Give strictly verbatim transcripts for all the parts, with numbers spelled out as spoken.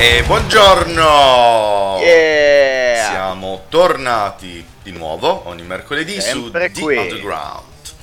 E buongiorno! Yeah! Siamo tornati di nuovo ogni mercoledì Sempre su qui. The Underground.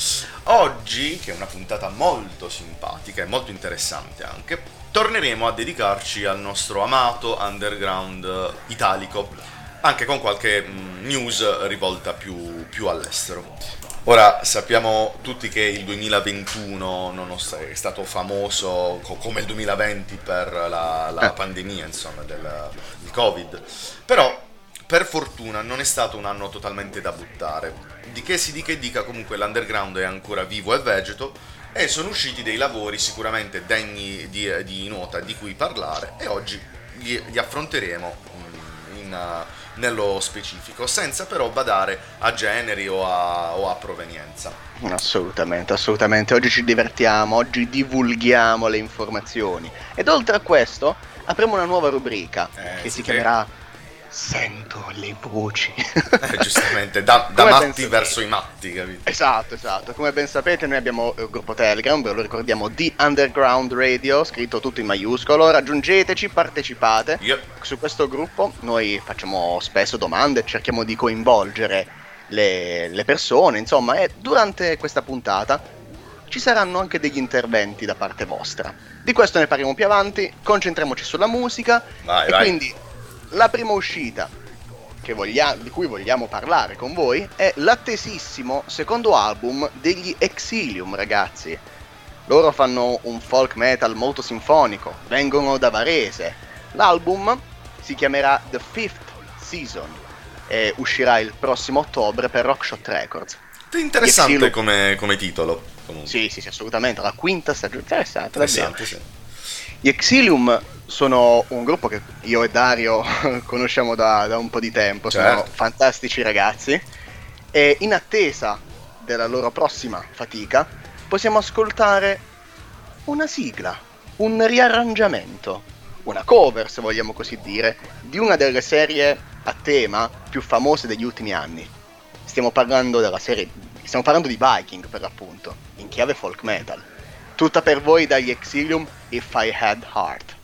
Oggi, che è una puntata molto simpatica e molto interessante anche, torneremo a dedicarci al nostro amato underground italico, anche con qualche mh, news rivolta più, più all'estero. Ora sappiamo tutti che il duemilaventuno non è stato famoso co- come il duemilaventi per la, la Eh. pandemia, insomma, del, del Covid, però per fortuna non è stato un anno totalmente da buttare. Di che si dica e dica, comunque l'underground è ancora vivo e vegeto e sono usciti dei lavori sicuramente degni di, di nota di cui parlare e oggi li, li affronteremo mm, in, uh, nello specifico, senza però badare a generi o a, o a provenienza. Assolutamente, assolutamente. Oggi ci divertiamo, oggi divulghiamo le informazioni. Ed oltre a questo, apriamo una nuova rubrica Eh, che sì, si che- chiamerà Sento le voci. Eh, giustamente, da, da Come matti penso- verso i matti, capito? Esatto, esatto. Come ben sapete, noi abbiamo il gruppo Telegram, ve lo ricordiamo, The Underground Radio, scritto tutto in maiuscolo. Raggiungeteci, partecipate. Io, Su questo gruppo noi facciamo spesso domande, cerchiamo di coinvolgere le, le persone, insomma, e durante questa puntata ci saranno anche degli interventi da parte vostra. Di questo ne parliamo più avanti, concentriamoci sulla musica. vai, E vai. quindi la prima uscita che voglia- di cui vogliamo parlare con voi è l'attesissimo secondo album degli Exilium, ragazzi. Loro fanno un folk metal molto sinfonico, vengono da Varese. L'album si chiamerà The Fifth Season e uscirà il prossimo ottobre per Rockshot Records. Interessante Exilium- come, come titolo, comunque. Sì, sì, sì, assolutamente, la quinta stagione. Interessante, davvero. Interessante, sì. Gli Exilium sono un gruppo che io e Dario conosciamo da, da un po' di tempo, sono Certo. fantastici ragazzi e in attesa della loro prossima fatica possiamo ascoltare una sigla, un riarrangiamento, una cover se vogliamo così dire, di una delle serie a tema più famose degli ultimi anni. Stiamo parlando della serie, stiamo parlando di Viking per l'appunto, in chiave folk metal. Tutta per voi dagli Exilium, If I Had Heart.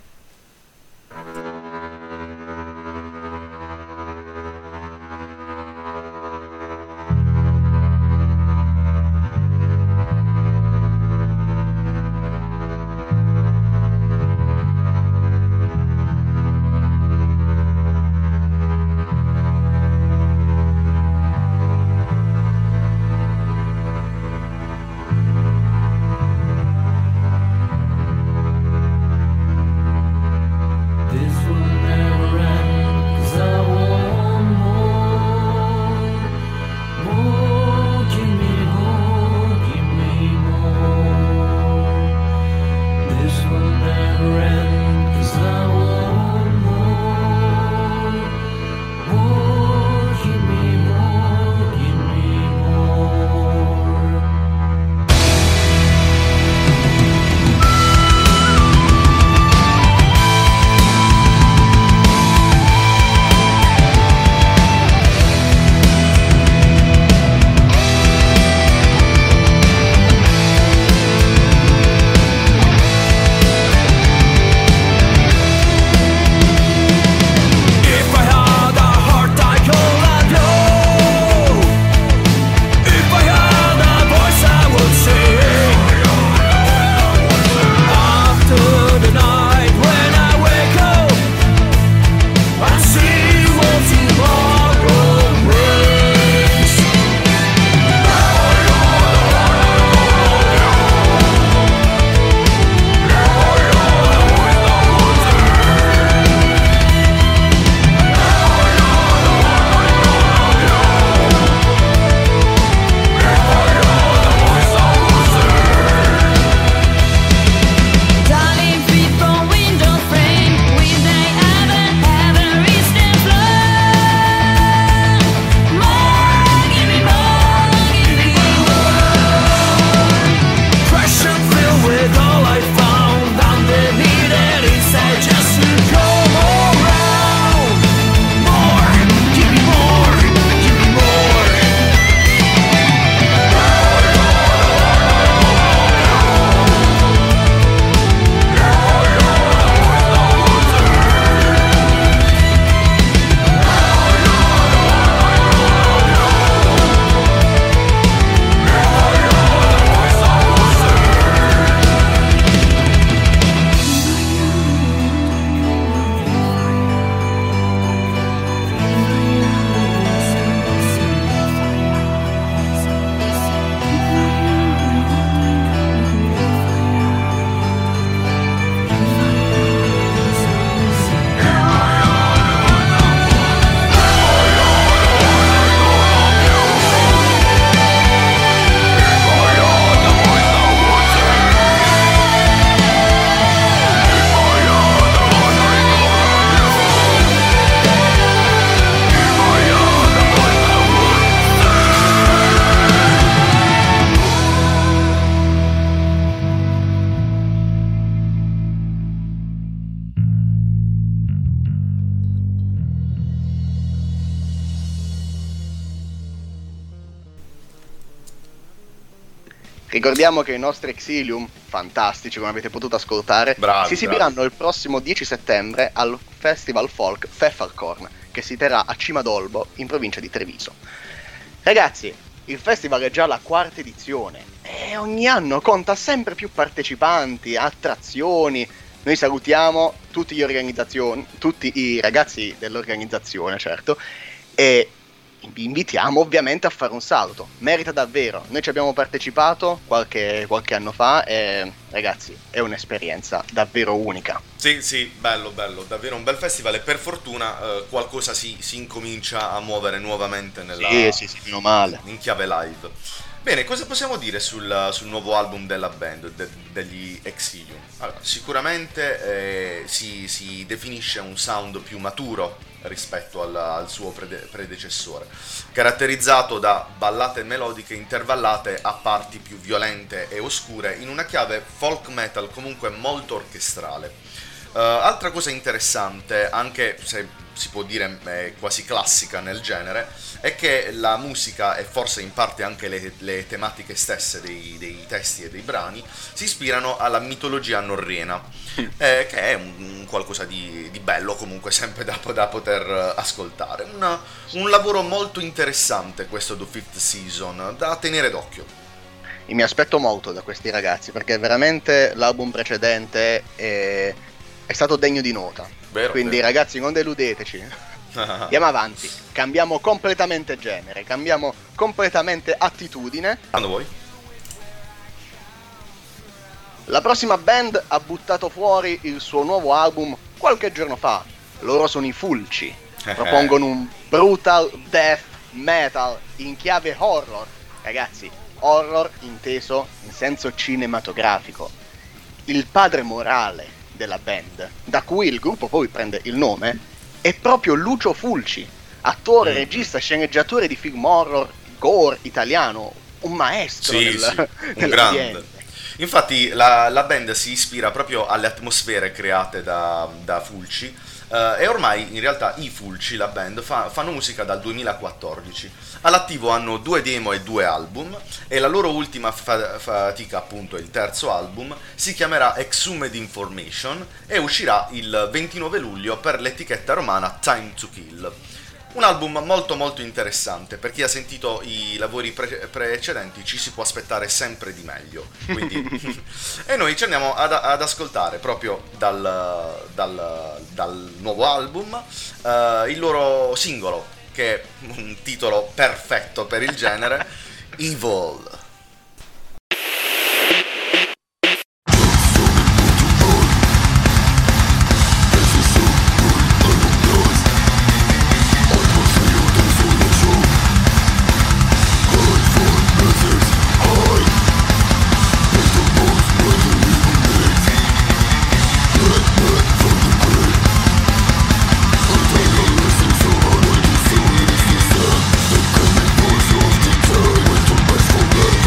Ricordiamo che i nostri Exilium, fantastici come avete potuto ascoltare, bravi, si esibiranno bravi. il prossimo dieci settembre al Festival Folk Pfefferkorn, che si terrà a Cima d'Olbo, in provincia di Treviso. Ragazzi, il festival è già la quarta edizione e ogni anno conta sempre più partecipanti, attrazioni. Noi salutiamo tutti gli organizzazioni, tutti i ragazzi dell'organizzazione, certo, e vi invitiamo ovviamente a fare un salto. Merita davvero. Noi ci abbiamo partecipato qualche, qualche anno fa e ragazzi è un'esperienza davvero unica. Sì, sì, bello, bello, davvero un bel festival e per fortuna eh, qualcosa si, si incomincia a muovere nuovamente nella, sì, sì, sì, meno male. in chiave live. Bene, cosa possiamo dire sul, sul nuovo album della band, de, degli Exilium? Allora, sicuramente eh, si, si definisce un sound più maturo rispetto al, al suo prede- predecessore, caratterizzato da ballate melodiche intervallate a parti più violente e oscure in una chiave folk metal comunque molto orchestrale. Uh, altra cosa interessante, anche se si può dire è quasi classica nel genere, è che la musica e forse in parte anche le, le tematiche stesse dei, dei testi e dei brani si ispirano alla mitologia norrena, eh, che è un, un qualcosa di, di bello comunque sempre da, da poter ascoltare. Una, un lavoro molto interessante questo The Fifth Season, da tenere d'occhio. E mi aspetto molto da questi ragazzi perché veramente l'album precedente è, è stato degno di nota. Vero, quindi vero. Ragazzi, non deludeteci. Andiamo avanti, cambiamo completamente genere, cambiamo completamente attitudine. Quando vuoi. La prossima band ha buttato fuori il suo nuovo album qualche giorno fa. Loro sono i Fulci. Propongono un brutal death metal in chiave horror. Ragazzi, horror inteso in senso cinematografico. Il padre morale della band, da cui il gruppo poi prende il nome, è proprio Lucio Fulci, attore, mm. regista, sceneggiatore di film horror, gore italiano, un maestro sì, nel, sì, un grande. Infatti la, la band si ispira proprio alle atmosfere create da, da Fulci, eh, e ormai in realtà i Fulci, la band, fa, fanno musica dal duemilaquattordici. All'attivo hanno due demo e due album e la loro ultima fa- fatica, appunto il terzo album, si chiamerà Exhumed Information e uscirà il ventinove luglio per l'etichetta romana Time to Kill. Un album molto molto interessante, per chi ha sentito i lavori pre- precedenti ci si può aspettare sempre di meglio, quindi e noi ci andiamo ad, ad ascoltare proprio dal, dal, dal nuovo album uh, il loro singolo, che è un titolo perfetto per il genere, Evil. Forget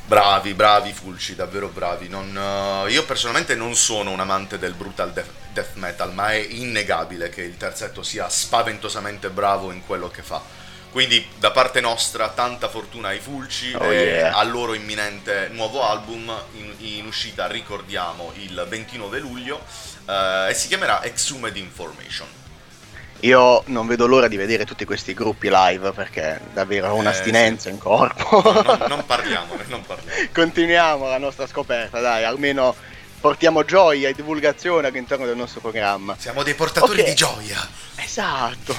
Bravi, bravi Fulci, davvero bravi. Non, uh, io personalmente non sono un amante del brutal death, death metal, ma è innegabile che il terzetto sia spaventosamente bravo in quello che fa. Quindi da parte nostra tanta fortuna ai Fulci Oh, e yeah. al loro imminente nuovo album in, in uscita, ricordiamo, il ventinove luglio, uh, e si chiamerà Exhumed Information. Io non vedo l'ora di vedere tutti questi gruppi live perché davvero ho un'astinenza Eh, sì. in corpo. No, non, non parliamone, non parliamo. Continuiamo la nostra scoperta, dai, almeno portiamo gioia e divulgazione all'interno del nostro programma. Siamo dei portatori Ok. di gioia. Esatto.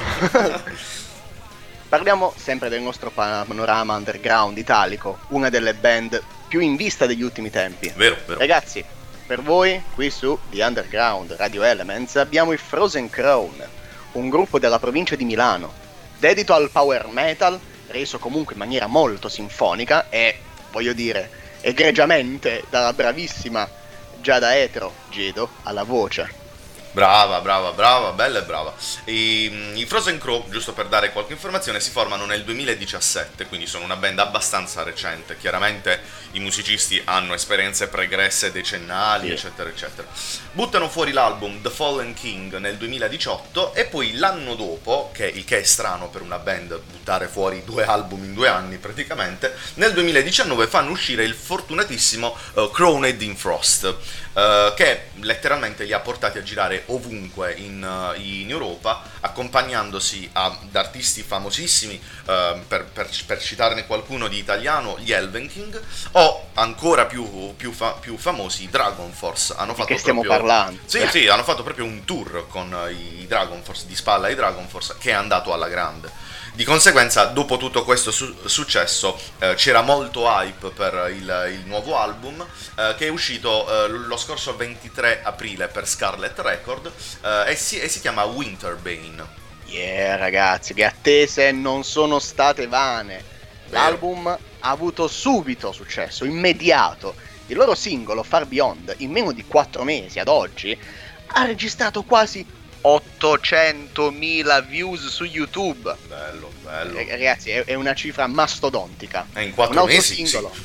Parliamo sempre del nostro panorama underground italico, una delle band più in vista degli ultimi tempi. Vero, vero. Ragazzi, per voi, qui su The Underground Radio Elements, abbiamo i Frozen Crown, un gruppo della provincia di Milano, dedito al power metal, reso comunque in maniera molto sinfonica e, voglio dire, egregiamente dalla bravissima Giada Etero, Gedo, alla voce. Brava, brava, brava, bella e brava. I, I Frozen Crow, giusto per dare qualche informazione, si formano nel duemiladiciassette, quindi sono una band abbastanza recente. Chiaramente i musicisti hanno esperienze pregresse decennali, Sì. eccetera, eccetera. Buttano fuori l'album The Fallen King nel duemiladiciotto e poi l'anno dopo, che, il che è strano per una band buttare fuori due album in due anni praticamente, nel duemiladiciannove fanno uscire il fortunatissimo uh, Crowned in Frost, uh, che letteralmente li ha portati a girare ovunque in, uh, in Europa, accompagnandosi ad artisti famosissimi, uh, per, per, per citarne qualcuno di italiano, gli Elven King, o ancora più, più, fa, più famosi, i Dragon Force. Hanno Di fatto che stiamo proprio, parlando? Sì, sì, hanno fatto proprio un tour con uh, i Dragon Force, di spalla ai Dragon Force, che è andato alla grande. Di conseguenza, dopo tutto questo su- successo, eh, c'era molto hype per il, il nuovo album, eh, che è uscito eh, lo scorso ventitré aprile per Scarlet Record, eh, e, si, e si chiama Winterbane. Yeah, ragazzi, le attese non sono state vane. L'album ha avuto subito successo, immediato. Il loro singolo Far Beyond, in meno di quattro mesi ad oggi, ha registrato quasi ottocentomila views su YouTube. Bello, bello. Eh, Ragazzi, è, è una cifra mastodontica. E in Un quattro altro mesi, singolo. sì.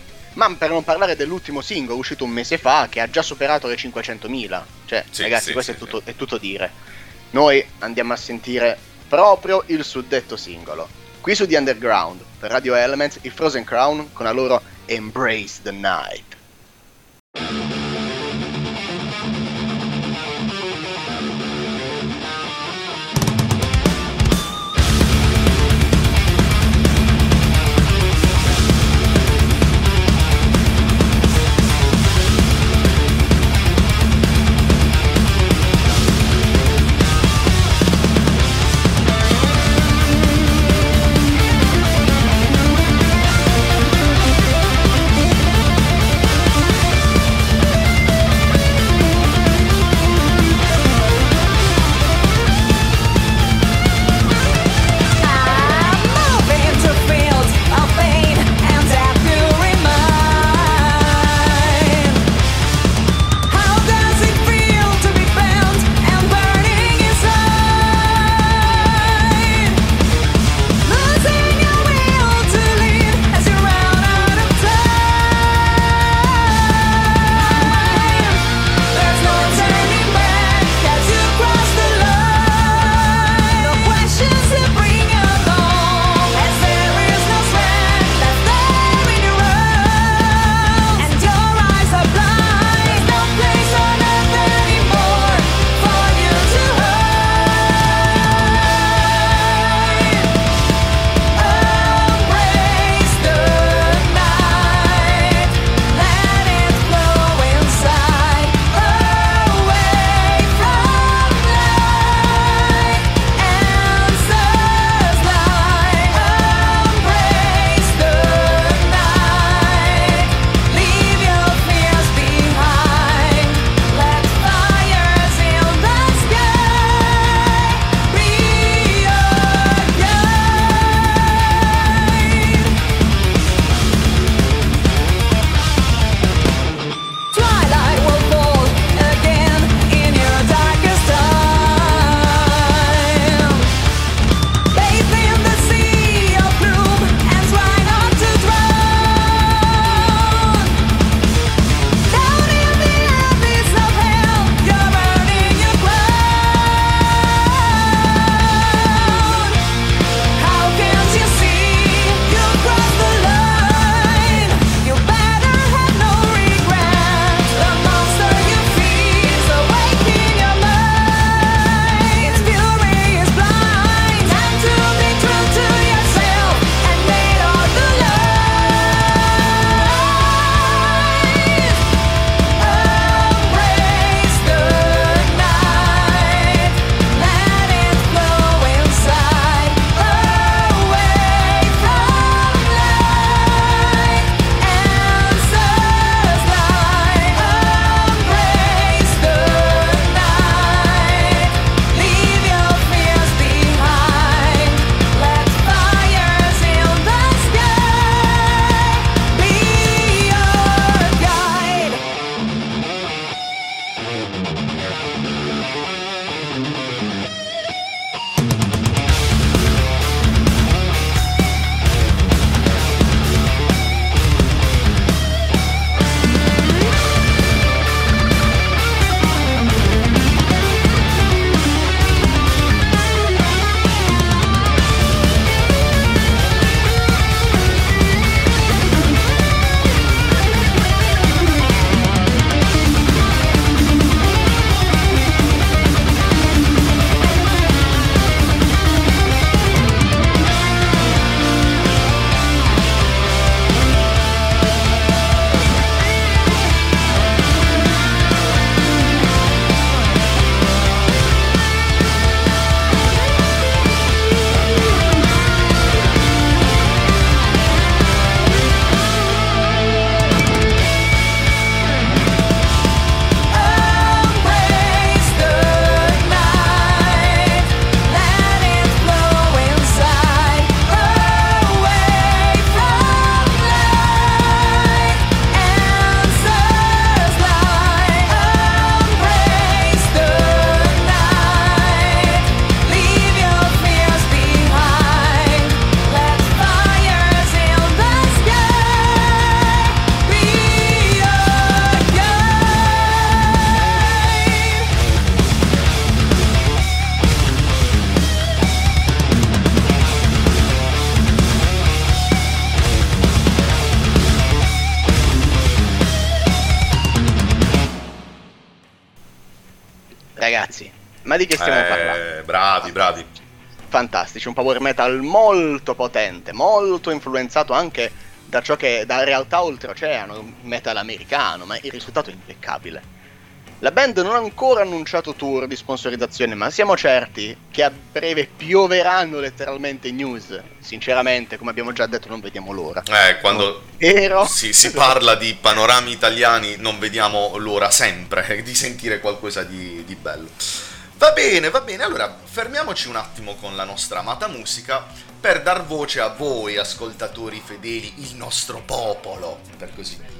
Ma per non parlare dell'ultimo singolo uscito un mese fa, che ha già superato le cinquecentomila. Cioè, Sì, ragazzi, sì, questo sì, è, tutto, sì. è tutto dire. Noi andiamo a sentire proprio il suddetto singolo. Qui su The Underground, per Radio Elements, i Frozen Crown con la loro Embrace the Night. ragazzi, ma di che stiamo eh, parlando? Bravi, bravi. Fantastici, un power metal molto potente, molto influenzato anche da ciò che da realtà oltreoceano, metal americano, ma il risultato è impeccabile. La band non ha ancora annunciato tour di sponsorizzazione, ma siamo certi che a breve pioveranno letteralmente news. Sinceramente, come abbiamo già detto, non vediamo l'ora. Eh, quando Ero... si, si parla di panorami italiani, non vediamo l'ora sempre di sentire qualcosa di, di bello. Va bene, va bene, allora fermiamoci un attimo con la nostra amata musica per dar voce a voi, ascoltatori fedeli, il nostro popolo, per così dire.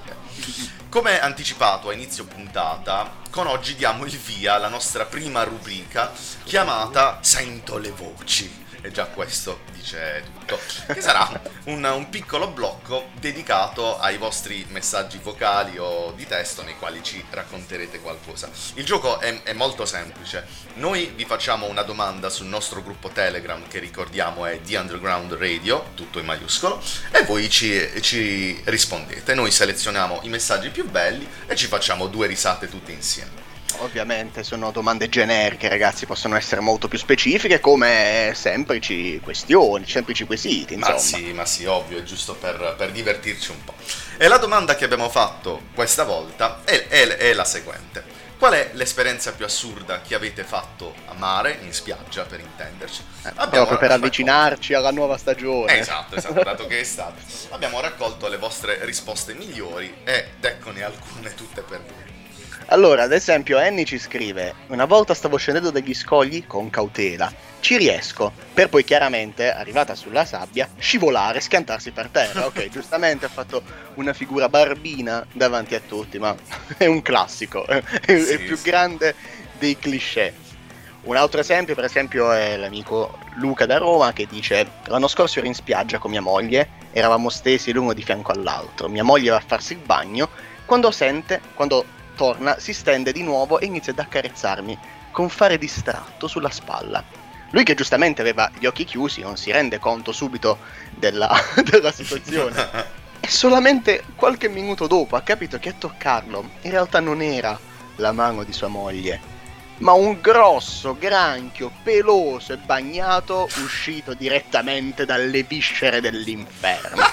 Come anticipato a inizio puntata, con oggi diamo il via alla nostra prima rubrica chiamata Sento le voci. E già questo dice tutto. Che sarà un, un piccolo blocco dedicato ai vostri messaggi vocali o di testo nei quali ci racconterete qualcosa. Il gioco è, è molto semplice. Noi vi facciamo una domanda sul nostro gruppo Telegram, che ricordiamo è The Underground Radio, tutto in maiuscolo, e voi ci, ci rispondete. Noi selezioniamo i messaggi più belli e ci facciamo due risate tutte insieme. Ovviamente sono domande generiche, ragazzi, possono essere molto più specifiche, come semplici questioni, semplici quesiti, insomma. Ma sì, ma sì, ovvio, è giusto per, per divertirci un po'. E la domanda che abbiamo fatto questa volta è, è, è la seguente. Qual è l'esperienza più assurda che avete fatto a mare, in spiaggia per intenderci? Eh, proprio per raccolto... avvicinarci alla nuova stagione. Esatto, esatto, dato che è stato. Abbiamo raccolto le vostre risposte migliori ed eccone alcune tutte per voi. Allora, ad esempio, Annie ci scrive: una volta stavo scendendo dagli scogli con cautela, ci riesco, per poi chiaramente, arrivata sulla sabbia, scivolare, schiantarsi per terra. Ok, giustamente ha fatto una figura barbina davanti a tutti, ma è un classico, è, sì, è il più sì. grande dei cliché. Un altro esempio, per esempio, è l'amico Luca da Roma che dice: l'anno scorso ero in spiaggia con mia moglie, eravamo stesi l'uno di fianco all'altro, mia moglie va a farsi il bagno, quando sente, quando torna, si stende di nuovo e inizia ad accarezzarmi con fare distratto sulla spalla. Lui, che giustamente aveva gli occhi chiusi, non si rende conto subito della, della situazione e solamente qualche minuto dopo ha capito che a toccarlo in realtà non era la mano di sua moglie, ma un grosso granchio peloso e bagnato uscito direttamente dalle viscere dell'inferno.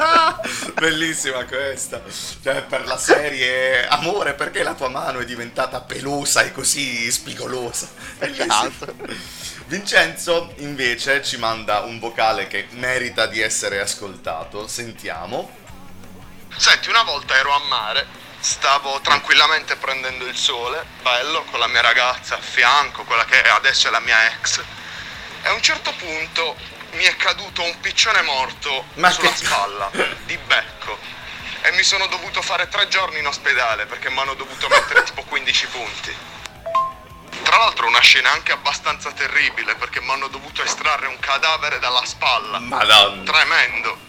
Bellissima questa, cioè per la serie amore, perché la tua mano è diventata pelosa e così spigolosa. Esatto. Vincenzo invece ci manda un vocale che merita di essere ascoltato. Sentiamo. Senti, una volta ero a mare, stavo tranquillamente prendendo il sole, bello, con la mia ragazza a fianco, quella che adesso è la mia ex, e a un certo punto mi è caduto un piccione morto Ma sulla che... spalla, di becco, e mi sono dovuto fare tre giorni in ospedale perché mi hanno dovuto mettere tipo quindici punti. Tra l'altro una scena anche abbastanza terribile, perché mi hanno dovuto estrarre un cadavere dalla spalla. Madonna. Tremendo.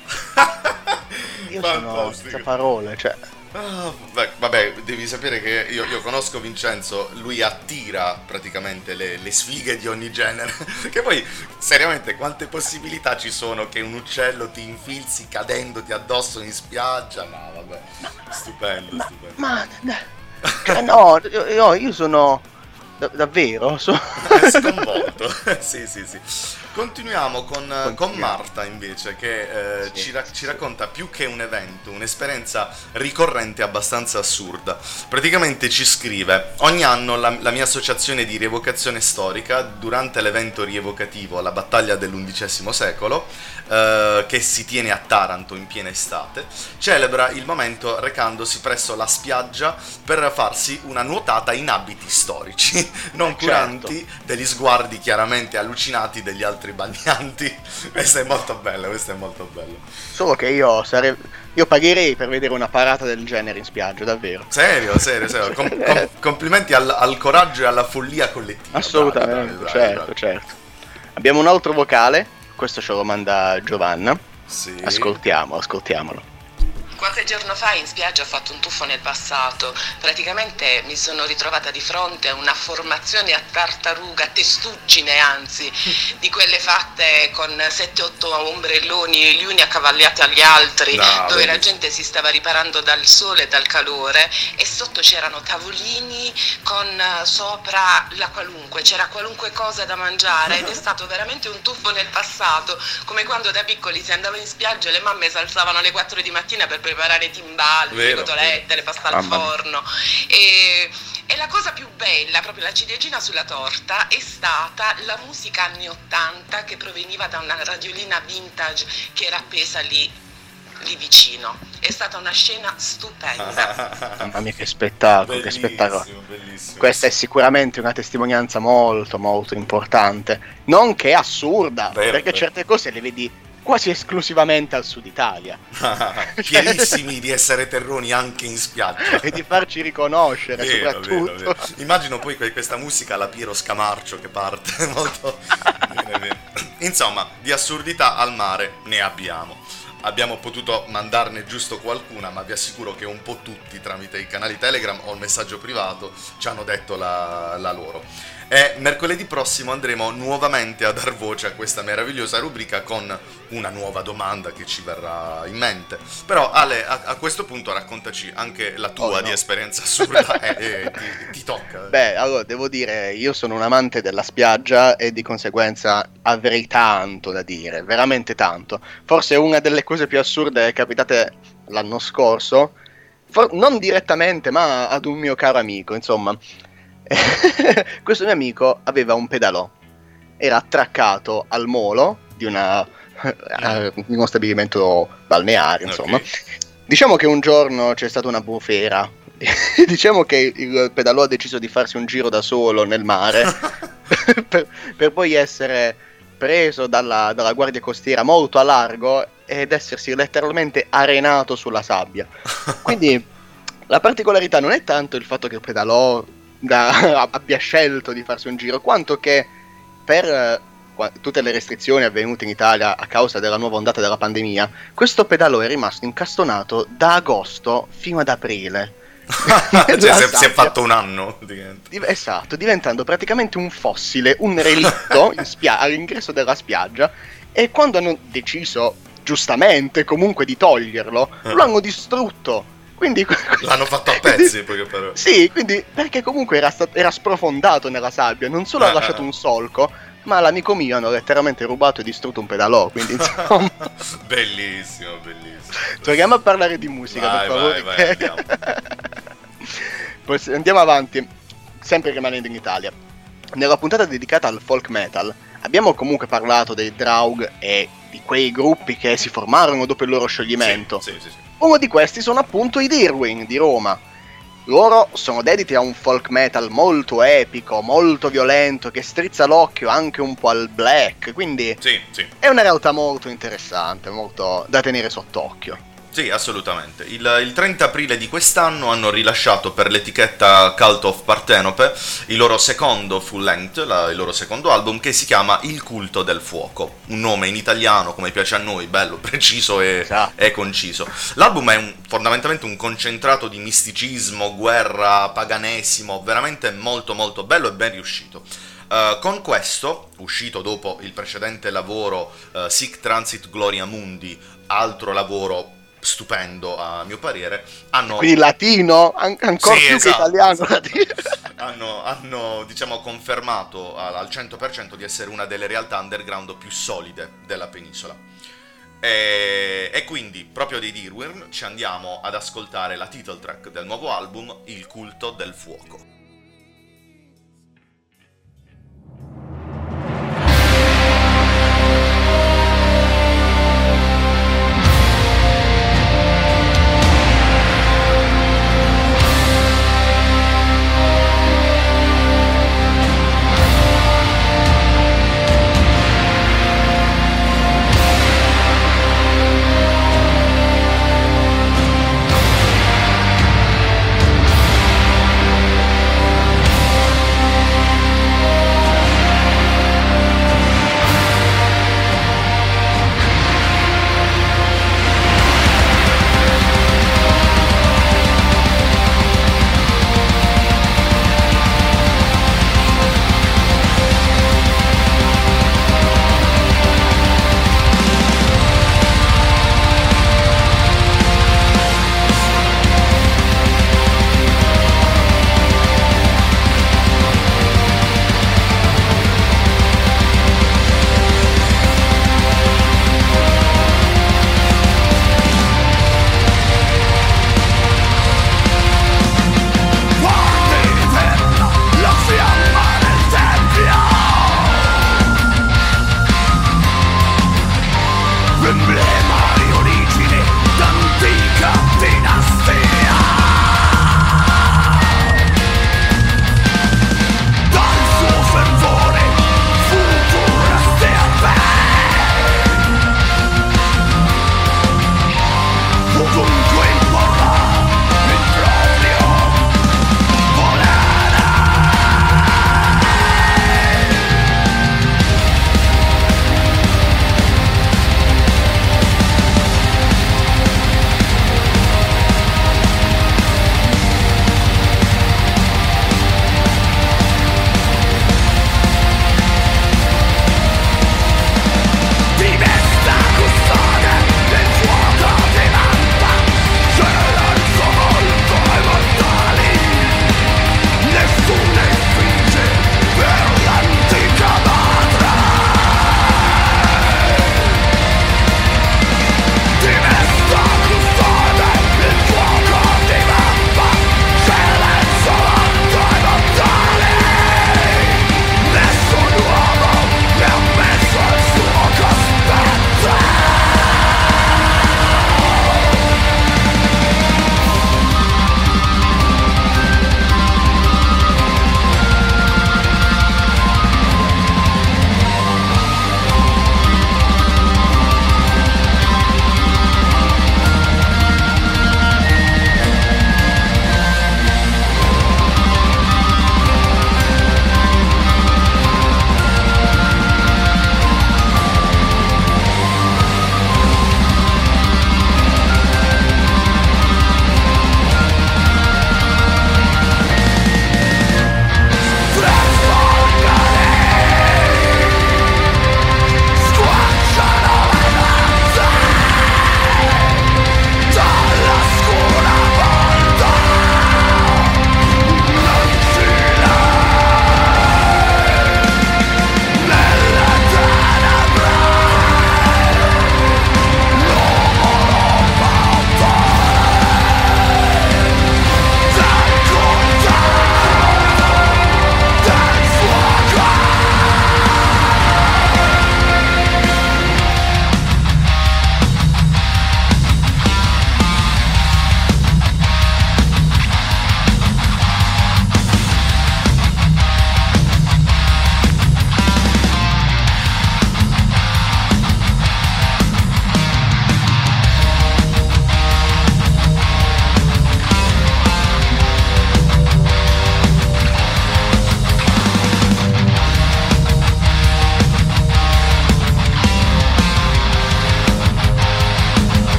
Io sono senza parole, cioè... Ah, beh, vabbè, devi sapere che io, io conosco Vincenzo, lui attira praticamente le, le sfighe di ogni genere. Che poi, seriamente, quante possibilità ci sono che un uccello ti infilzi cadendoti addosso in spiaggia? No, vabbè, stupendo, ma, stupendo. Ma, cioè, no, io, io sono... Da- davvero? So- Sconvolto. Sì, sì, sì. Continuiamo con, Continuiamo. con Marta invece, che eh, sì, ci, ra- ci racconta più che un evento, un'esperienza ricorrente abbastanza assurda. Praticamente ci scrive: ogni anno la, la mia associazione di rievocazione storica, durante l'evento rievocativo la battaglia dell'undicesimo secolo, eh, che si tiene a Taranto in piena estate, celebra il momento recandosi presso la spiaggia per farsi una nuotata in abiti storici, non curanti certo. degli sguardi chiaramente allucinati degli altri bagnanti. Questa è molto bella, questa è molto bella. Solo che io sare... io pagherei per vedere una parata del genere in spiaggia, davvero. Serio, serio, serio. Com- com- complimenti al, al coraggio e alla follia collettiva. Assolutamente, bravi, bravi, certo, bravi. certo. Abbiamo un altro vocale, questo ce lo manda Giovanna. Sì. Ascoltiamo, ascoltiamolo. Qualche giorno fa in spiaggia ho fatto un tuffo nel passato. Praticamente mi sono ritrovata di fronte a una formazione a tartaruga, testuggine anzi, di quelle fatte con sette otto ombrelloni, gli uni accavallati agli altri, No, dove la vedi. gente si stava riparando dal sole e dal calore, e sotto c'erano tavolini con eh, sopra la qualunque, c'era qualunque cosa da mangiare, ed è stato veramente un tuffo nel passato, come quando da piccoli si andava in spiaggia e le mamme si alzavano alle quattro di mattina per preparare i timballi, le Vero, cotolette, le pasta al Mamma mia. forno. E, e la cosa più bella, proprio la ciliegina sulla torta, è stata la musica anni ottanta che proveniva da una radiolina vintage che era appesa lì, lì vicino. È stata una scena stupenda. Mamma mia, che spettacolo, che spettacolo. Bellissimo, bellissimo. Questa è sicuramente una testimonianza molto molto importante, nonché assurda, Vero, perché vero. certe cose le vedi quasi esclusivamente al sud Italia Fierissimi di essere terroni anche in spiaggia. e di farci riconoscere Vero, soprattutto. vero, vero. Immagino poi que- questa musica alla Piero Scamarcio che parte molto bene, bene. Insomma, di assurdità al mare ne abbiamo. Abbiamo potuto mandarne giusto qualcuna, ma vi assicuro che un po' tutti tramite i canali Telegram o il messaggio privato ci hanno detto la, la loro. E mercoledì prossimo andremo nuovamente a dar voce a questa meravigliosa rubrica con una nuova domanda che ci verrà in mente. Però Ale, a, a questo punto raccontaci anche la tua Oh, no. di esperienza assurda e, e ti, ti tocca. Beh, allora devo dire, io sono un amante della spiaggia e di conseguenza avrei tanto da dire, veramente tanto. Forse una delle cose più assurde capitate l'anno scorso, for- non direttamente, ma ad un mio caro amico, insomma. Questo mio amico aveva un pedalò, era attraccato al molo di, una, eh, di uno stabilimento balneare, insomma. Ok. Diciamo che un giorno c'è stata una bufera. Diciamo che il pedalò ha deciso di farsi un giro da solo nel mare per, per poi essere preso dalla, dalla guardia costiera molto a largo ed essersi letteralmente arenato sulla sabbia. Quindi la particolarità non è tanto il fatto che il pedalò da, abbia scelto di farsi un giro, quanto che per eh, qua- tutte le restrizioni avvenute in Italia a causa della nuova ondata della pandemia, questo pedalò è rimasto incastonato da agosto fino ad aprile. Cioè, Nella si, è- si è sabbia. fatto un anno. praticamente. Div- Esatto, diventando praticamente un fossile, un relitto in spia- all'ingresso della spiaggia, e quando hanno deciso, giustamente, comunque di toglierlo, Eh. lo hanno distrutto. Quindi L'hanno fatto a pezzi, poche parole. Sì, quindi perché comunque era, sta- era sprofondato nella sabbia, non solo ha Ah, lasciato ah. un solco, ma l'amico mio hanno letteralmente rubato e distrutto un pedalò, quindi insomma. Bellissimo, bellissimo. Torniamo a parlare di musica, Vai, per favore. vai, vai, andiamo. Poi andiamo avanti, sempre rimanendo in Italia. Nella puntata dedicata al folk metal abbiamo comunque parlato dei Draug e di quei gruppi che si formarono dopo il loro scioglimento. Sì, sì, sì, sì. Uno di questi sono appunto i Dirwin di Roma. Loro sono dediti a un folk metal molto epico, molto violento, che strizza l'occhio anche un po' al black, quindi Sì, sì. è una realtà molto interessante, molto da tenere sott'occhio. Sì, assolutamente. Il, il trenta aprile di quest'anno hanno rilasciato per l'etichetta Cult of Partenope il loro secondo full length, la- il loro secondo album, che si chiama Il culto del fuoco. Un nome in italiano, come piace a noi, bello, preciso e, Esatto. e conciso. L'album è un- fondamentalmente un concentrato di misticismo, guerra, paganesimo, veramente molto molto bello e ben riuscito. Uh, con questo, uscito dopo il precedente lavoro uh, Sic Transit Gloria Mundi, altro lavoro stupendo a mio parere, hanno, Quindi latino, an- ancora Sì, più esatto, che italiano. esatto. hanno, hanno diciamo confermato al, al cento per cento di essere una delle realtà underground più solide della penisola. E, e quindi, proprio dei Dirwin, ci andiamo ad ascoltare la title track del nuovo album, Il culto del fuoco. Thank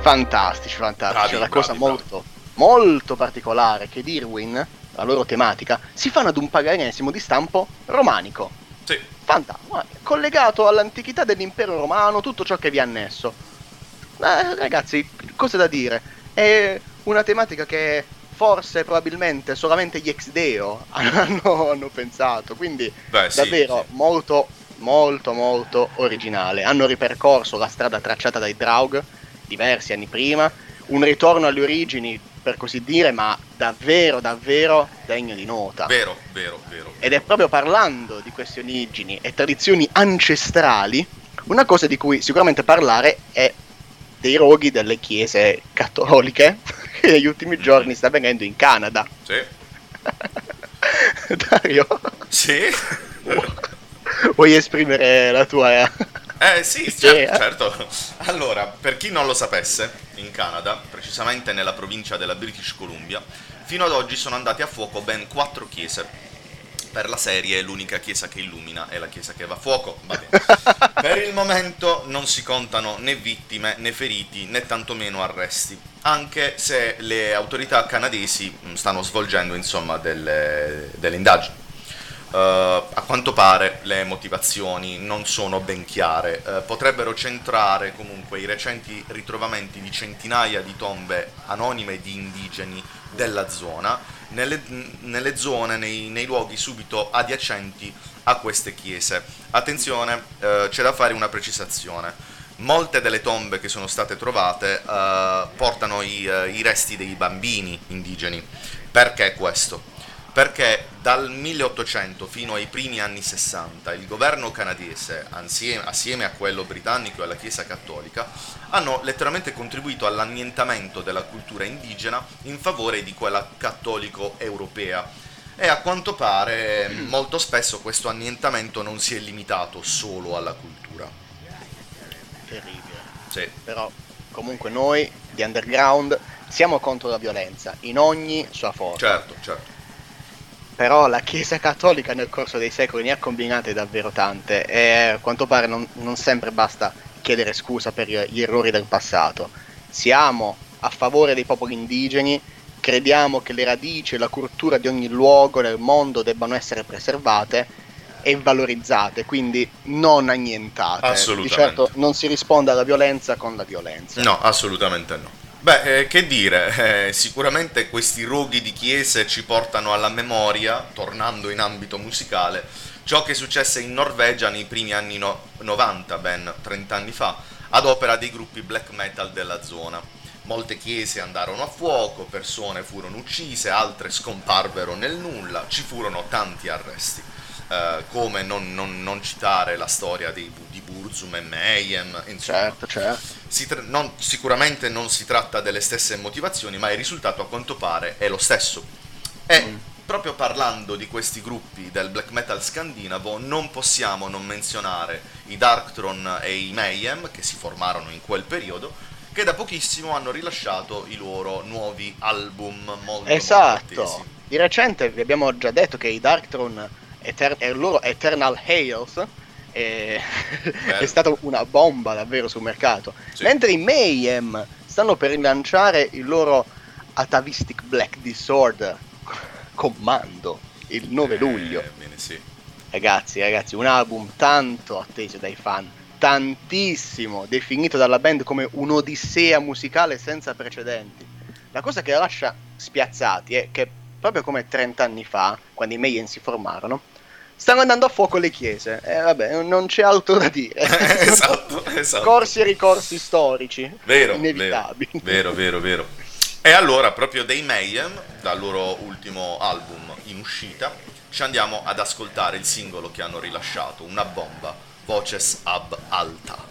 fantastici, fantastici. Bravi, Una bravi, cosa bravi. molto, molto particolare che di Irwin, la loro tematica, si fanno ad un paganesimo di stampo romanico. Sì. Fantastico, collegato all'antichità dell'impero romano, tutto ciò che vi è annesso. Eh, ragazzi, cosa da dire? È una tematica che forse, probabilmente, solamente gli ex Deo hanno, hanno pensato, quindi Beh, sì, davvero sì. molto, molto, molto originale. Hanno ripercorso la strada tracciata dai Draug diversi anni prima, un ritorno alle origini, per così dire, ma davvero, davvero degno di nota. Vero, vero, vero. Ed è proprio parlando di queste origini e tradizioni ancestrali, una cosa di cui sicuramente parlare è dei roghi delle chiese cattoliche che negli ultimi giorni sta avvenendo in Canada. Sì. Dario, Sì. vuoi esprimere la tua... Eh sì, Sì, cer- eh. certo. Allora, per chi non lo sapesse, in Canada, precisamente nella provincia della British Columbia, fino ad oggi sono andate a fuoco ben quattro chiese. Per la serie l'unica chiesa che illumina è la chiesa che va a fuoco. Va bene. Per il momento non si contano né vittime né feriti né tantomeno arresti, anche se le autorità canadesi mh, stanno svolgendo insomma delle, delle indagini. Uh, a quanto pare le motivazioni non sono ben chiare, uh, potrebbero centrare comunque i recenti ritrovamenti di centinaia di tombe anonime di indigeni della zona, nelle, nelle zone, nei, nei luoghi subito adiacenti a queste chiese. Attenzione, uh, c'è da fare una precisazione. Molte delle tombe che sono state trovate uh, portano i, uh, i resti dei bambini indigeni. Perché questo? Perché dal milleottocento fino ai primi anni sessanta il governo canadese, assieme, assieme a quello britannico e alla Chiesa cattolica, hanno letteralmente contribuito all'annientamento della cultura indigena in favore di quella cattolico-europea. E a quanto pare molto spesso questo annientamento non si è limitato solo alla cultura. Terribile. Sì. Però comunque noi di Underground siamo contro la violenza in ogni sua forma. Certo, certo. Però la Chiesa cattolica nel corso dei secoli ne ha combinate davvero tante e a quanto pare non, non sempre basta chiedere scusa per gli errori del passato. Siamo a favore dei popoli indigeni, crediamo che le radici e la cultura di ogni luogo nel mondo debbano essere preservate e valorizzate, quindi non annientate. Assolutamente. Di certo non si risponde alla violenza con la violenza. No, assolutamente no. Beh, eh, che dire, eh, sicuramente questi roghi di chiese ci portano alla memoria, tornando in ambito musicale, ciò che successe in Norvegia nei primi anni no- novanta, ben trenta anni fa, ad opera dei gruppi black metal della zona. Molte chiese andarono a fuoco, persone furono uccise, altre scomparvero nel nulla, ci furono tanti arresti. Uh, come non, non, non citare la storia dei, di Burzum e Mayhem, insomma. Certo, certo. Si tra- non, sicuramente non si tratta delle stesse motivazioni, ma il risultato a quanto pare è lo stesso. E mm. proprio parlando di questi gruppi del black metal scandinavo, non possiamo non menzionare i Darkthrone e i Mayhem, che si formarono in quel periodo, che da pochissimo hanno rilasciato i loro nuovi album molto esatto. molto attesi. Di recente vi abbiamo già detto che i Darkthrone Eter- il loro Eternal Hails è, è stata una bomba davvero sul mercato, sì. Mentre i Mayhem stanno per rilanciare il loro Atavistic Black Disorder Commando il nove luglio. Eh, bene, sì. Ragazzi, ragazzi, un album tanto atteso dai fan, tantissimo, definito dalla band come un'odissea musicale senza precedenti. La cosa che la lascia spiazzati è che proprio come trenta anni fa, quando i Mayhem si formarono, stanno andando a fuoco le chiese. E eh, vabbè, non c'è altro da dire. esatto, esatto. Corsi e ricorsi storici. Vero, inevitabili. Vero, vero, vero. E allora, proprio dei Mayhem, dal loro ultimo album in uscita, ci andiamo ad ascoltare il singolo che hanno rilasciato, una bomba, Voces ab Alta.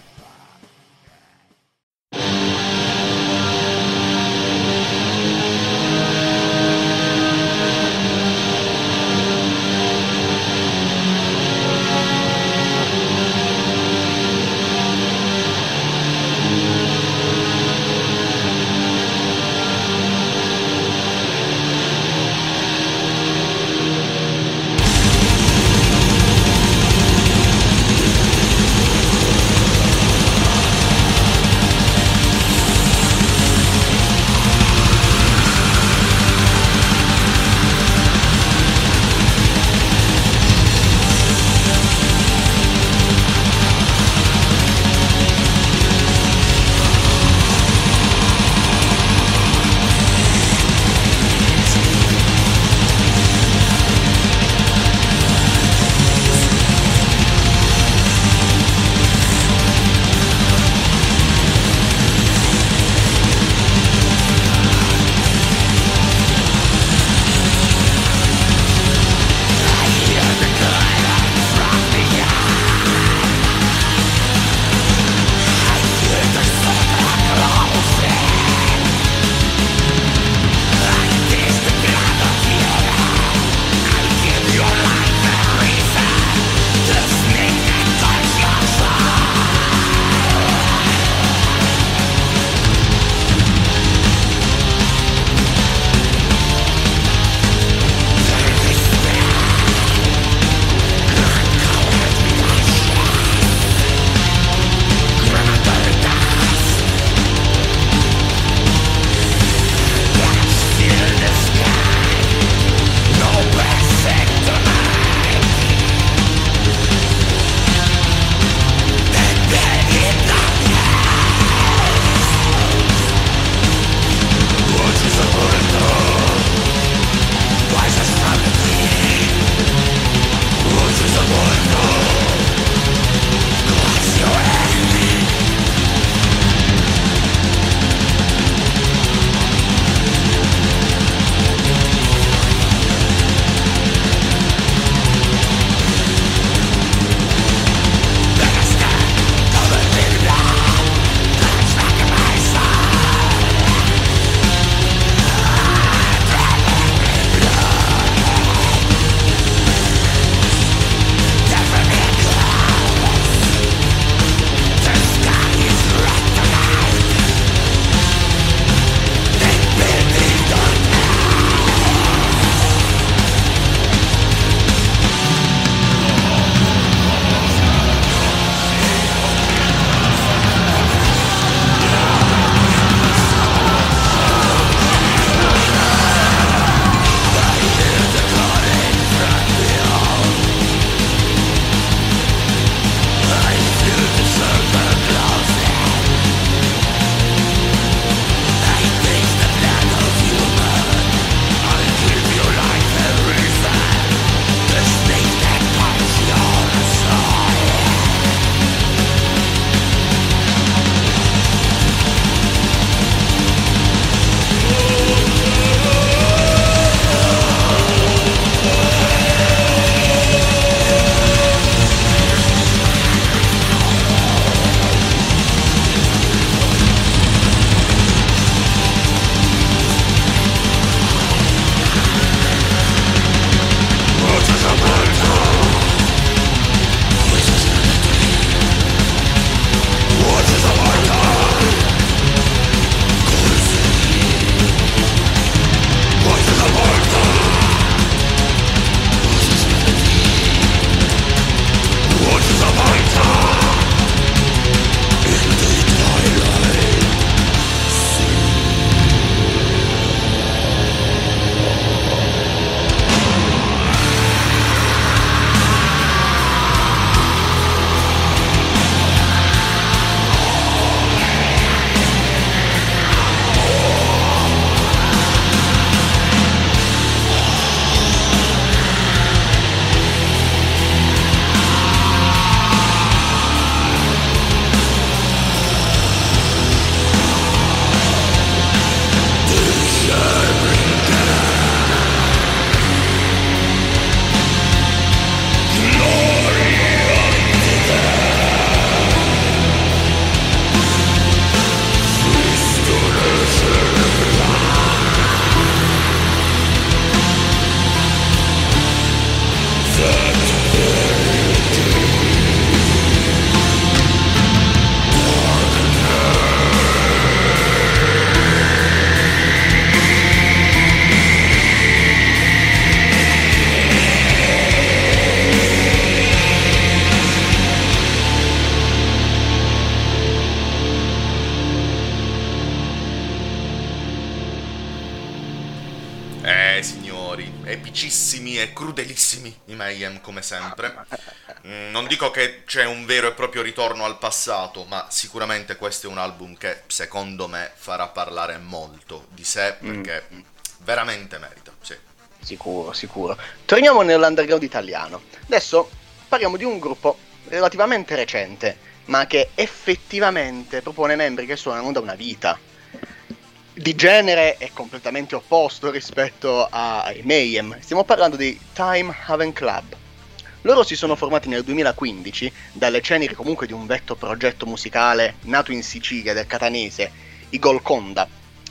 epicissimi e crudelissimi i Mayhem come sempre. Mm, non dico che c'è un vero e proprio ritorno al passato, ma sicuramente questo è un album che secondo me farà parlare molto di sé, perché mm. veramente merita, sì. Sicuro, sicuro. Torniamo nell'underground italiano. Adesso parliamo di un gruppo relativamente recente, ma che effettivamente propone membri che suonano da una vita. Di genere è completamente opposto rispetto ai Mayhem. Stiamo parlando di Time Haven Club. Loro si sono formati nel duemilaquindici dalle ceneri comunque di un vecchio progetto musicale nato in Sicilia del catanese, i Golconda.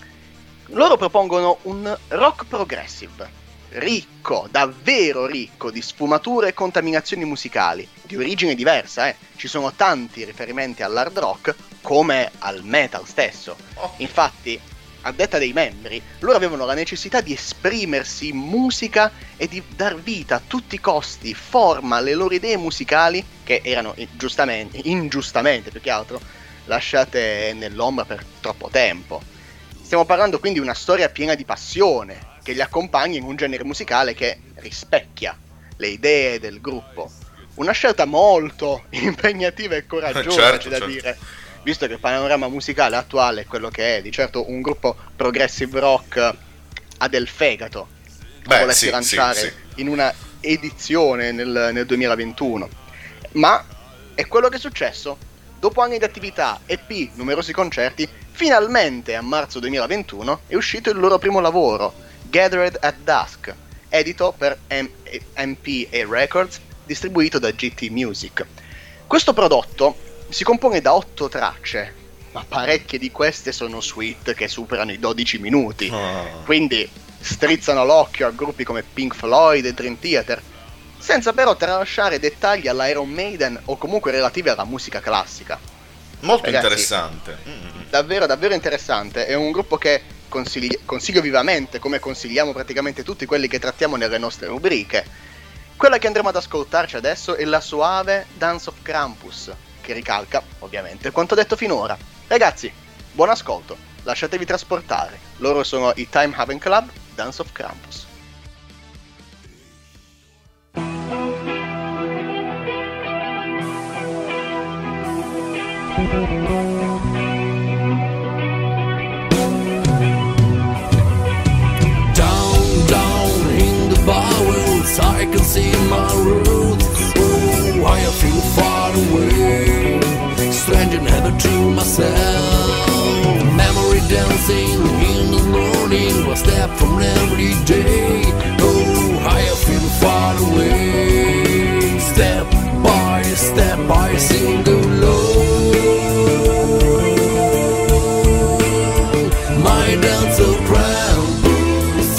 Loro propongono un rock progressive, ricco, davvero ricco di sfumature e contaminazioni musicali, di origine diversa, eh. Ci sono tanti riferimenti all'hard rock come al metal stesso. Infatti, a detta dei membri, loro avevano la necessità di esprimersi in musica e di dar vita a tutti i costi, forma alle loro idee musicali che erano giustamente, ingiustamente più che altro, lasciate nell'ombra per troppo tempo. Stiamo parlando quindi di una storia piena di passione che li accompagna in un genere musicale che rispecchia le idee del gruppo. Una scelta molto impegnativa e coraggiosa, certo, c'è da certo. dire, visto che il panorama musicale attuale è quello che è. Di certo un gruppo progressive rock ha del fegato a volersi sì, lanciare sì, sì. in una edizione nel, nel duemilaventuno. Ma è quello che è successo. Dopo anni di attività, E P, numerosi concerti, finalmente a marzo duemilaventuno è uscito il loro primo lavoro, Gathered at Dusk, edito per M- M P A Records, distribuito da G T Music. Questo prodotto si compone da otto tracce, ma parecchie di queste sono suite che superano i dodici minuti, Oh. quindi strizzano l'occhio a gruppi come Pink Floyd e Dream Theater, senza però tralasciare dettagli alla Iron Maiden o comunque relativi alla musica classica. Molto Ragazzi, interessante. Mm. Davvero, davvero interessante. È un gruppo che consigli- consiglio vivamente, come consigliamo praticamente tutti quelli che trattiamo nelle nostre rubriche. Quella che andremo ad ascoltarci adesso è la soave Dance of Krampus, che ricalca, ovviamente, quanto detto finora. Ragazzi, buon ascolto, lasciatevi trasportare. Loro sono i Time Haven Club, Dance of Krampus. Down, down in the bowels, I can see my roots. Oh, I feel far away, strange and heaven to myself. Memory dancing in the morning, one step from every day. Oh, I feel far away, step by step I sing alone. My dance of Krampus.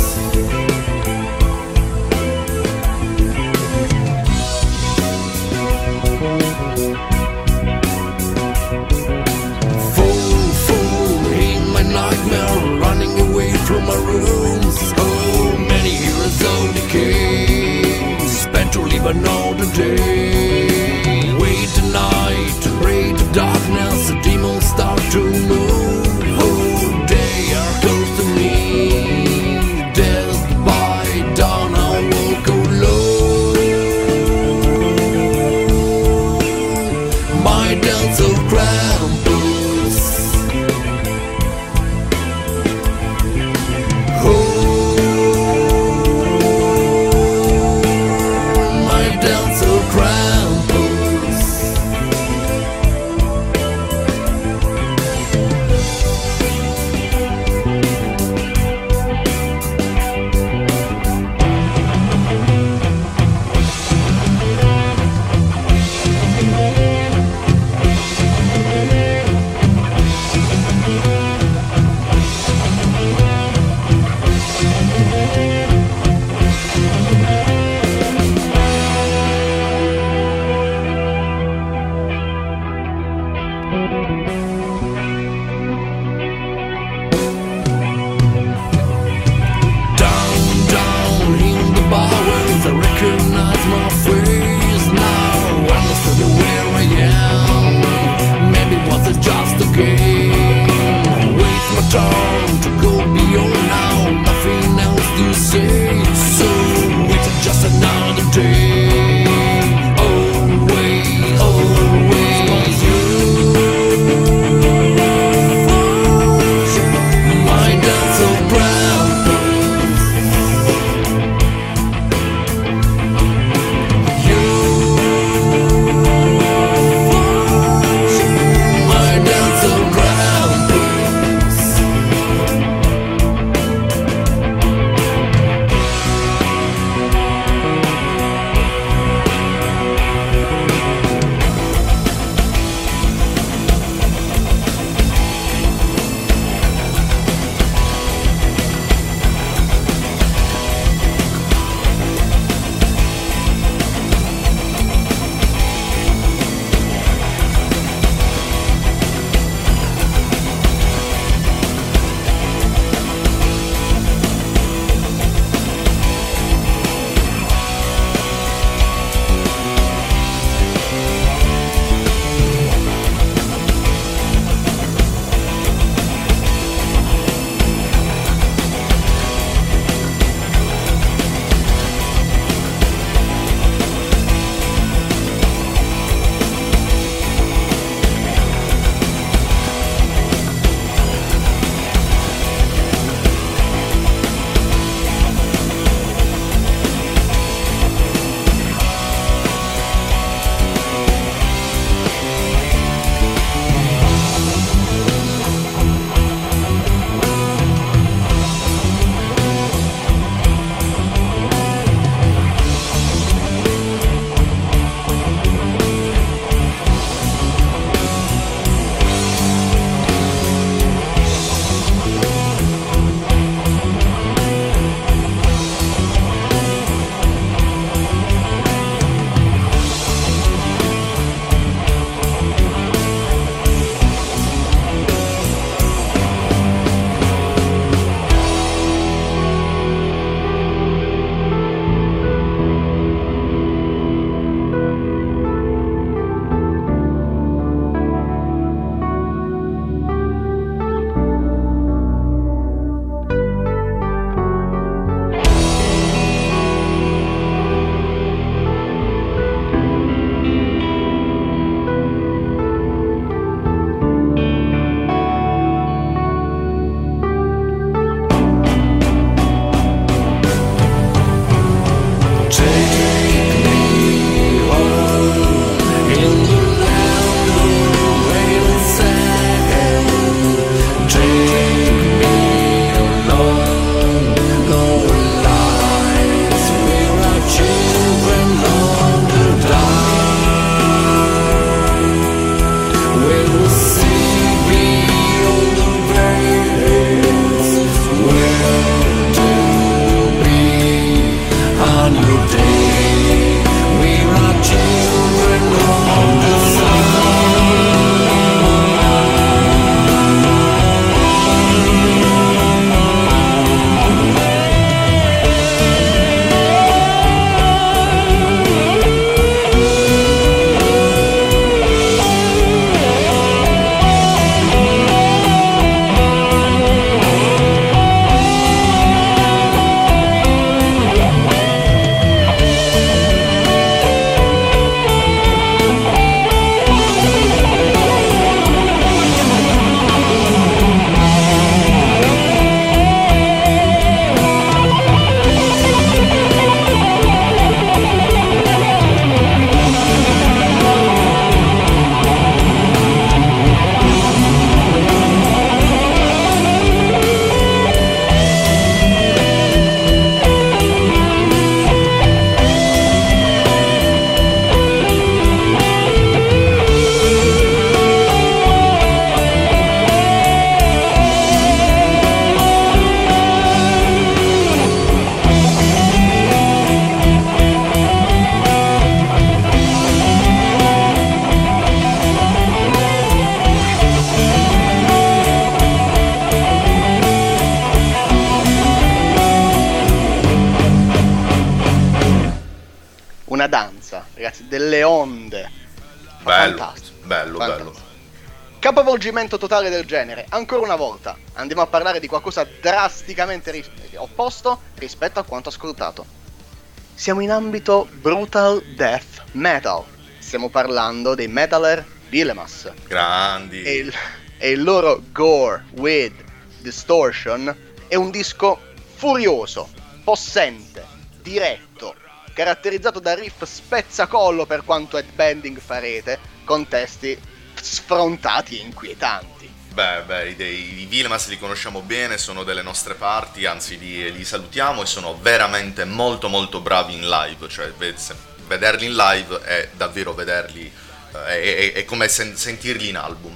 ragazzi, delle onde. Bello, Fantastico. bello, Fantastico. bello. Capovolgimento totale del genere. Ancora una volta andiamo a parlare di qualcosa drasticamente ris- opposto rispetto a quanto ascoltato. Siamo in ambito brutal death metal. Stiamo parlando dei Metaler Vilemas. Grandi. E il, e il loro Gore with Distortion è un disco furioso, possente, diretto, caratterizzato da riff spezzacollo per quanto headbanding farete, con testi sfrontati e inquietanti. Beh, beh, i, dei, i Vilemas li conosciamo bene, sono delle nostre parti, anzi li, li salutiamo e sono veramente molto molto bravi in live, cioè vederli in live è davvero vederli, eh, è, è come sen- sentirli in album.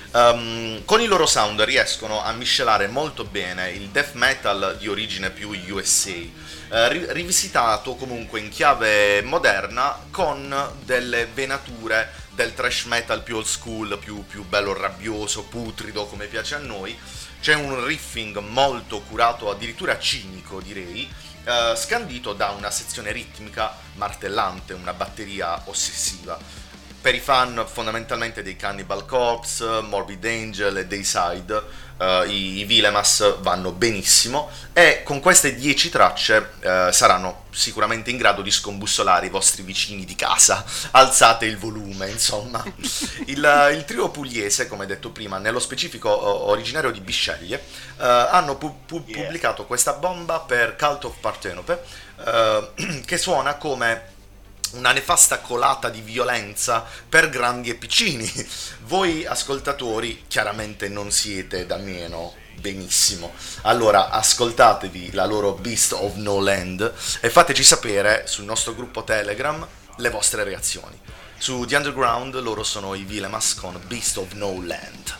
Um, con i loro sound riescono a miscelare molto bene il death metal di origine più U S A, eh, ri- rivisitato comunque in chiave moderna con delle venature del thrash metal più old school, più, più bello rabbioso, putrido come piace a noi. C'è un riffing molto curato, addirittura cinico direi, eh, scandito da una sezione ritmica martellante, una batteria ossessiva. Per i fan fondamentalmente dei Cannibal Corpse, Morbid Angel e Dayside, uh, i, i Vilemas vanno benissimo e con queste dieci tracce uh, saranno sicuramente in grado di scombussolare i vostri vicini di casa. Alzate il volume, insomma. Il, il trio pugliese, come detto prima, nello specifico uh, originario di Bisceglie, uh, hanno pu- pu- Yeah. pubblicato questa bomba per Cult of Parthenope, uh, che suona come una nefasta colata di violenza per grandi e piccini. Voi ascoltatori chiaramente non siete da meno, benissimo. Allora ascoltatevi la loro Beast of No Land e fateci sapere sul nostro gruppo Telegram le vostre reazioni. Su The Underground loro sono i Vilemas con Beast of No Land.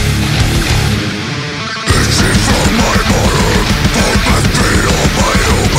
From my bottom, from the street of my own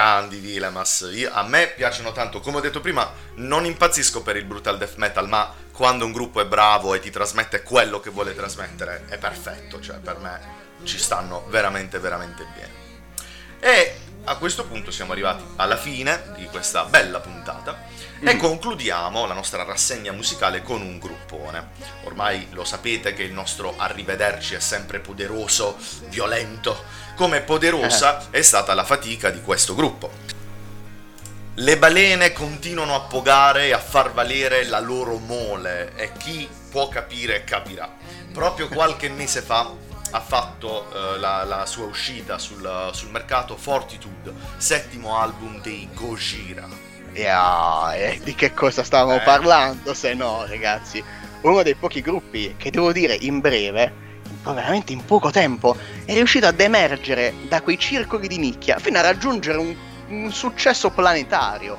grandi Vilemas. Io, a me piacciono tanto, come ho detto prima, non impazzisco per il brutal death metal, ma quando un gruppo è bravo e ti trasmette quello che vuole trasmettere è perfetto, cioè per me ci stanno veramente veramente bene. E a questo punto siamo arrivati alla fine di questa bella puntata e concludiamo la nostra rassegna musicale con un gruppone. Ormai lo sapete che il nostro arrivederci è sempre poderoso, violento, come poderosa è stata la fatica di questo gruppo. Le balene continuano a pogare e a far valere la loro mole e chi può capire capirà. Proprio qualche mese fa ha fatto uh, la, la sua uscita sul, sul mercato Fortitude, settimo album dei Gojira. Yeah, e di che cosa stavamo eh. parlando se no, ragazzi? Uno dei pochi gruppi che, devo dire, in breve, veramente in poco tempo, è riuscito ad emergere da quei circoli di nicchia fino a raggiungere un, un successo planetario.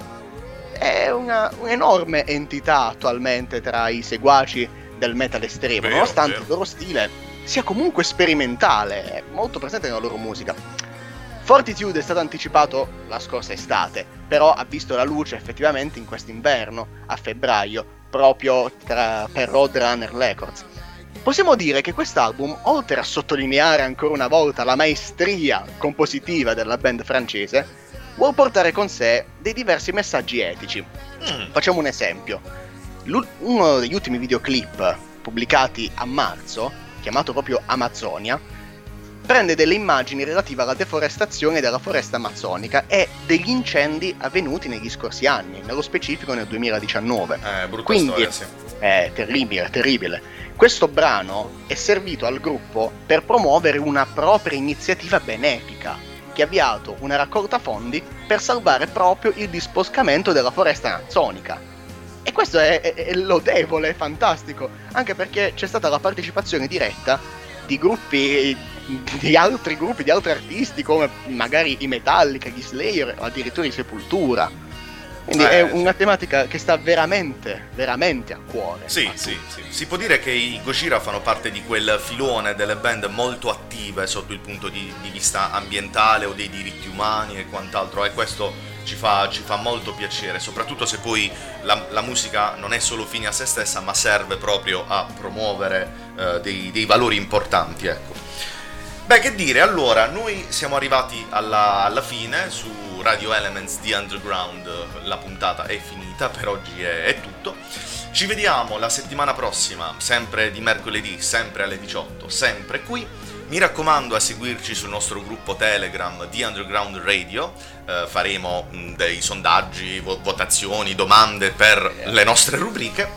È una, un'enorme entità attualmente tra i seguaci del metal estremo, vero, nonostante vero. il loro stile sia comunque sperimentale, molto presente nella loro musica. Fortitude è stato anticipato la scorsa estate, però ha visto la luce effettivamente in quest'inverno, a febbraio, proprio tra, per Roadrunner Records. Possiamo dire che quest'album, oltre a sottolineare ancora una volta la maestria compositiva della band francese, vuol portare con sé dei diversi messaggi etici. Mm. Facciamo un esempio. L'u- uno degli ultimi videoclip pubblicati a marzo, chiamato proprio Amazonia, prende delle immagini relative alla deforestazione della foresta amazzonica e degli incendi avvenuti negli scorsi anni, nello specifico nel duemiladiciannove. Eh, brutta Quindi storia, sì. è terribile, terribile. Questo brano è servito al gruppo per promuovere una propria iniziativa benefica, che ha avviato una raccolta fondi per salvare proprio il disboscamento della foresta amazzonica. E questo è, è, è lodevole, è fantastico, anche perché c'è stata la partecipazione diretta di gruppi, di altri gruppi, di altri artisti, come magari i Metallica, gli Slayer, o addirittura i Sepultura. Quindi eh, è una tematica che sta veramente, veramente a cuore. Sì, sì, sì. Si può dire che i Gojira fanno parte di quel filone delle band molto attive sotto il punto di, di vista ambientale o dei diritti umani e quant'altro, e questo ci fa, ci fa molto piacere, soprattutto se poi la, la musica non è solo fine a se stessa, ma serve proprio a promuovere eh, dei, dei valori importanti, ecco. Beh, che dire, allora, noi siamo arrivati alla, alla fine su Radio Elements The Underground, la puntata è finita, per oggi è, è tutto. Ci vediamo la settimana prossima, sempre di mercoledì, sempre alle diciotto, sempre qui. Mi raccomando a seguirci sul nostro gruppo Telegram The Underground Radio, eh, faremo mh, dei sondaggi, vo- votazioni, domande per le nostre rubriche.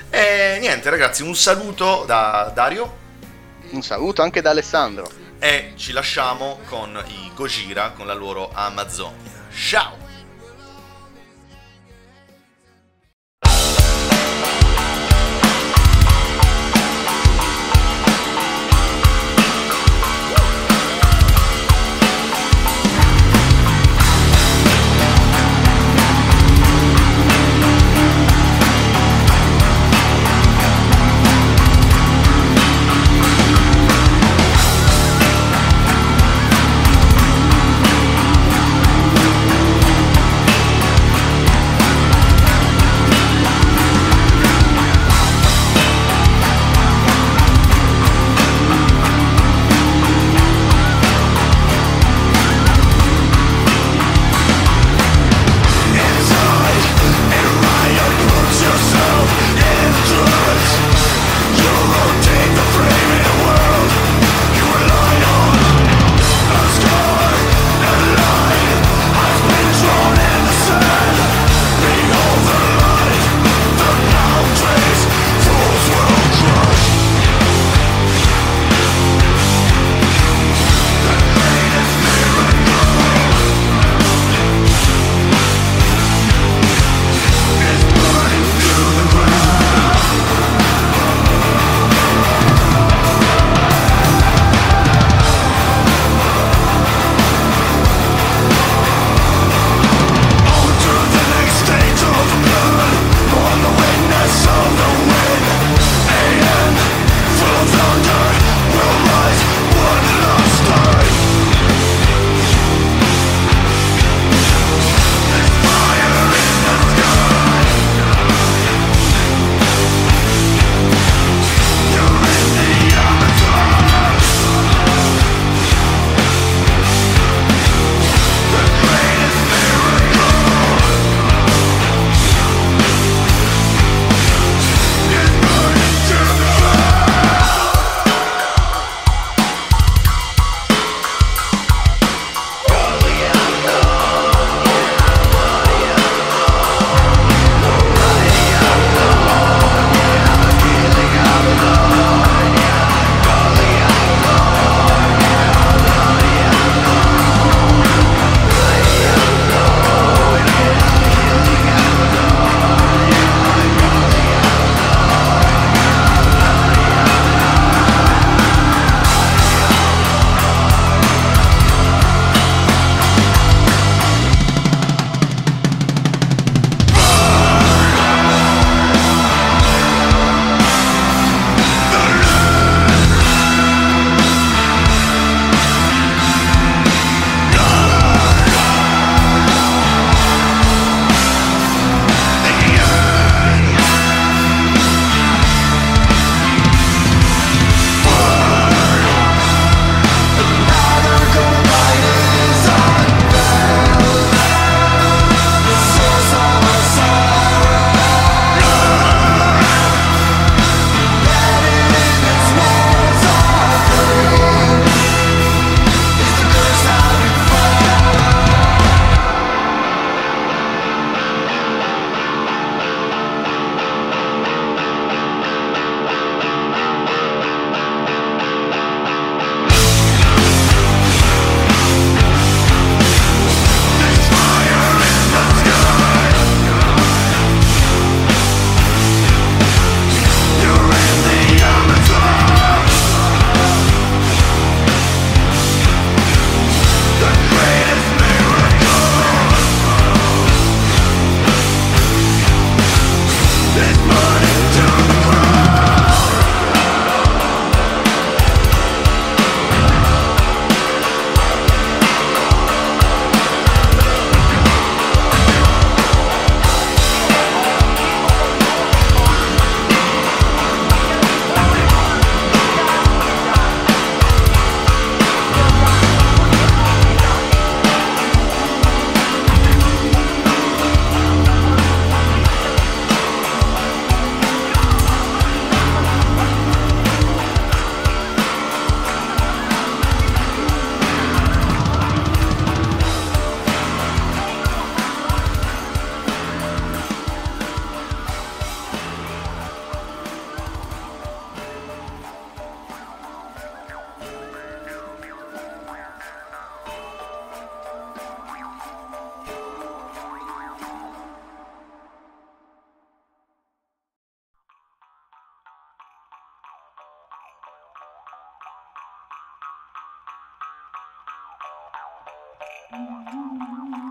E niente ragazzi, un saluto da Dario. Un saluto anche da Alessandro. E ci lasciamo con i Gojira con la loro Amazonia. Ciao! Thank